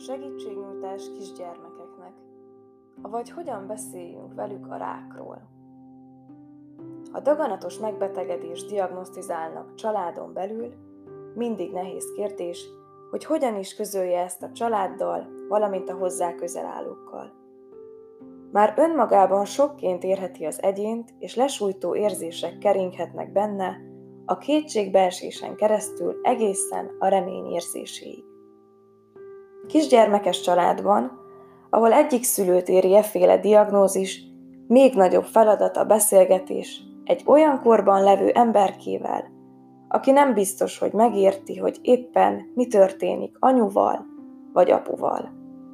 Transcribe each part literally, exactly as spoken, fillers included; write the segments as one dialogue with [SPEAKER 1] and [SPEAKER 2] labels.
[SPEAKER 1] Segítségnyújtás kisgyermekeknek. Avagy hogyan beszéljünk velük a rákról. Ha daganatos megbetegedést diagnosztizálnak családon belül, mindig nehéz kérdés, hogy hogyan is közölje ezt a családdal, valamint a hozzá közel állókkal. Már önmagában sokként érheti az egyént, és lesújtó érzések keringhetnek benne, a kétségbeesésen keresztül egészen a remény érzéséig. Kisgyermekes családban, ahol egyik szülőt éri efféle diagnózis, még nagyobb feladat a beszélgetés egy olyan korban levő emberkével, aki nem biztos, hogy megérti, hogy éppen mi történik anyuval vagy apuval.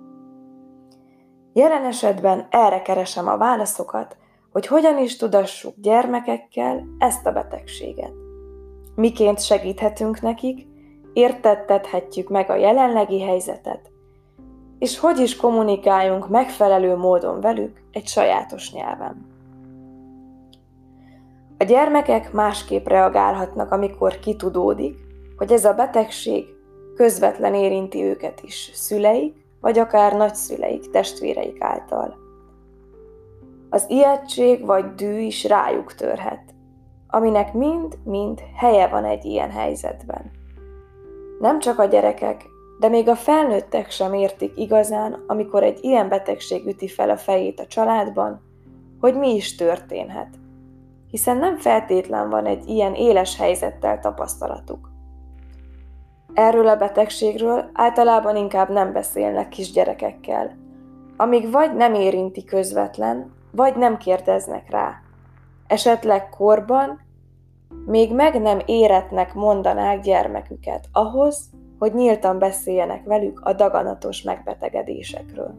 [SPEAKER 1] Jelen esetben erre keresem a válaszokat, hogy hogyan is tudassuk gyermekekkel ezt a betegséget. Miként segíthetünk nekik, értettethetjük meg a jelenlegi helyzetet, és hogy is kommunikáljunk megfelelő módon velük egy sajátos nyelven. A gyermekek másképp reagálhatnak, amikor kitudódik, hogy ez a betegség közvetlen érinti őket is szüleik, vagy akár nagyszüleik, testvéreik által. Az ijegység vagy dű is rájuk törhet, aminek mind-mind helye van egy ilyen helyzetben. Nem csak a gyerekek, de még a felnőttek sem értik igazán, amikor egy ilyen betegség üti fel a fejét a családban, hogy mi is történhet, hiszen nem feltétlen van egy ilyen éles helyzettel tapasztalatuk. Erről a betegségről általában inkább nem beszélnek kisgyerekekkel, amíg vagy nem érinti közvetlen, vagy nem kérdeznek rá. Esetleg korban még meg nem éretnek mondanák gyermeküket ahhoz, hogy nyíltan beszéljenek velük a daganatos megbetegedésekről.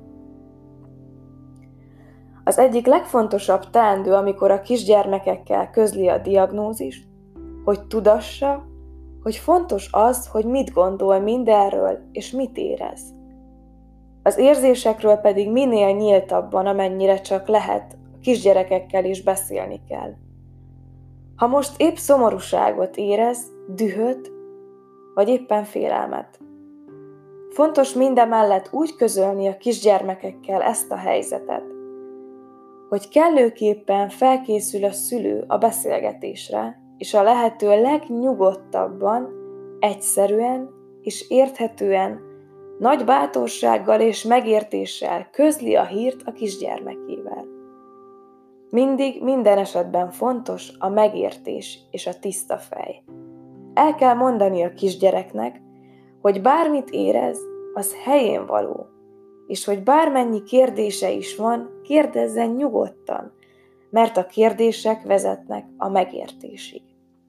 [SPEAKER 1] Az egyik legfontosabb teendő, amikor a kisgyermekekkel közli a diagnózist, hogy tudassa, hogy fontos az, hogy mit gondol mindenről és mit érez. Az érzésekről pedig minél nyíltabban, amennyire csak lehet, a kisgyerekekkel is beszélni kell. Ha most épp szomorúságot érez, dühöt, vagy éppen félelmet. Fontos mindemellett úgy közölni a kisgyermekekkel ezt a helyzetet, hogy kellőképpen felkészül a szülő a beszélgetésre, és a lehető legnyugodtabban, egyszerűen és érthetően, nagy bátorsággal és megértéssel közli a hírt a kisgyermekével. Mindig, minden esetben fontos a megértés és a tiszta fej. El kell mondani a kisgyereknek, hogy bármit érez, az helyén való, és hogy bármennyi kérdése is van, kérdezzen nyugodtan, mert a kérdések vezetnek a megértésig.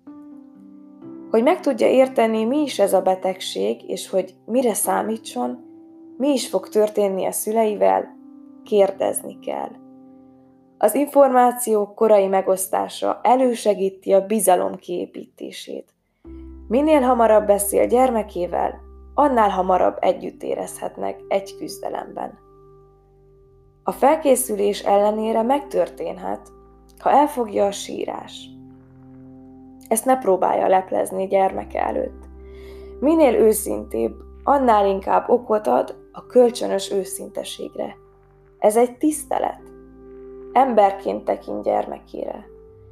[SPEAKER 1] Hogy meg tudja érteni, mi is ez a betegség, és hogy mire számítson, mi is fog történni a szüleivel, kérdezni kell. Az információk korai megosztása elősegíti a bizalom kiépítését. Minél hamarabb beszél gyermekével, annál hamarabb együtt érezhetnek egy küzdelemben. A felkészülés ellenére megtörténhet, ha elfogja a sírás. Ezt ne próbálja leplezni gyermeke előtt. Minél őszintébb, annál inkább okot ad a kölcsönös őszinteségre. Ez egy tisztelet. Emberként tekint gyermekére.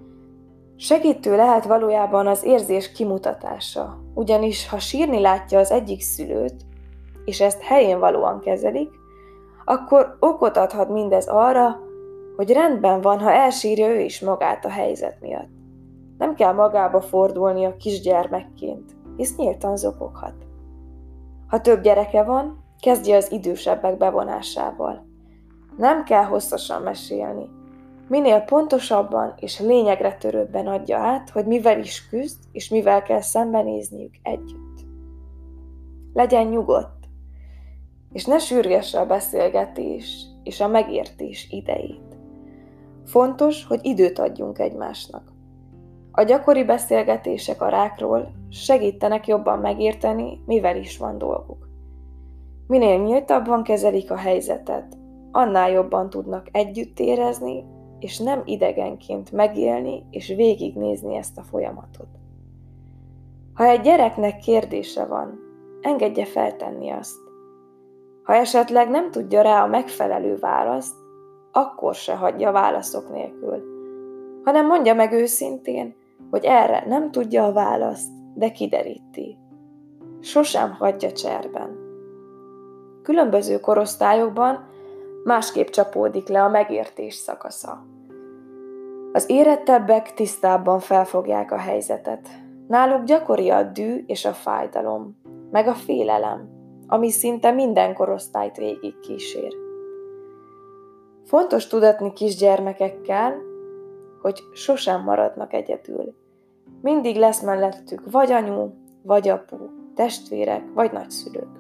[SPEAKER 1] Segítő lehet valójában az érzés kimutatása, ugyanis ha sírni látja az egyik szülőt, és ezt helyén valóan kezelik, akkor okot adhat mindez arra, hogy rendben van, ha elsírja ő is magát a helyzet miatt. Nem kell magába fordulni a kisgyermekként, hisz nyíltan zokoghat. Ha több gyereke van, kezdje az idősebbek bevonásával. Nem kell hosszasan mesélni. Minél pontosabban és lényegre törőbben adja át, hogy mivel is küzd, és mivel kell szembenézniük együtt. Legyen nyugodt, és ne sürgesse a beszélgetés és a megértés idejét. Fontos, hogy időt adjunk egymásnak. A gyakori beszélgetések a rákról segítenek jobban megérteni, mivel is van dolguk. Minél nyíltabban kezelik a helyzetet, annál jobban tudnak együtt érezni, és nem idegenként megélni és végignézni ezt a folyamatot. Ha egy gyereknek kérdése van, engedje feltenni azt. Ha esetleg nem tudja rá a megfelelő választ, akkor se hagyja válaszok nélkül, hanem mondja meg őszintén, hogy erre nem tudja a választ, de kideríti. Sosem hagyja cserben. Különböző korosztályokban másképp csapódik le a megértés szakasza. Az érettebbek tisztábban felfogják a helyzetet. Náluk gyakori a dű és a fájdalom, meg a félelem, ami szinte minden korosztályt végig kísér. Fontos tudatni kisgyermekekkel, hogy sosem maradnak egyedül. Mindig lesz mellettük vagy anyu, vagy apu, testvérek, vagy nagyszülők.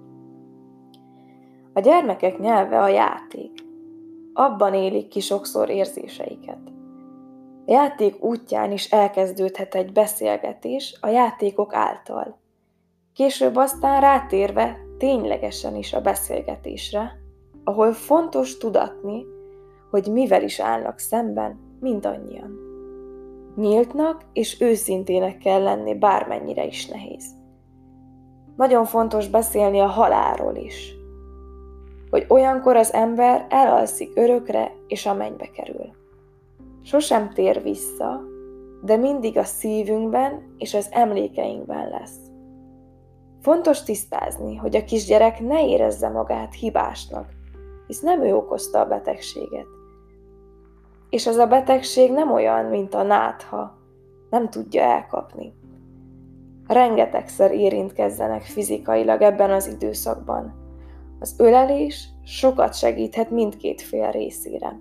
[SPEAKER 1] A gyermekek nyelve a játék. Abban élik ki sokszor érzéseiket. A játék útján is elkezdődhet egy beszélgetés a játékok által. Később aztán rátérve ténylegesen is a beszélgetésre, ahol fontos tudatni, hogy mivel is állnak szemben mindannyian. Nyíltnak és őszintének kell lenni, bármennyire is nehéz. Nagyon fontos beszélni a halálról is, hogy olyankor az ember elalszik örökre és a mennybe kerül. Sosem tér vissza, de mindig a szívünkben és az emlékeinkben lesz. Fontos tisztázni, hogy a kisgyerek ne érezze magát hibásnak, hisz nem ő okozta a betegséget. És ez a betegség nem olyan, mint a nátha, nem tudja elkapni. Rengetegszer érintkezzenek fizikailag ebben az időszakban. Az ölelés sokat segíthet mindkét fél részére.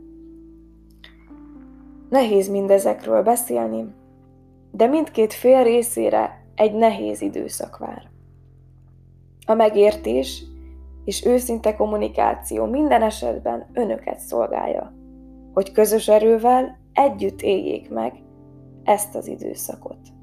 [SPEAKER 1] Nehéz mindezekről beszélni, de mindkét fél részére egy nehéz időszak vár. A megértés és őszinte kommunikáció minden esetben önöket szolgálja, hogy közös erővel együtt éljék meg ezt az időszakot.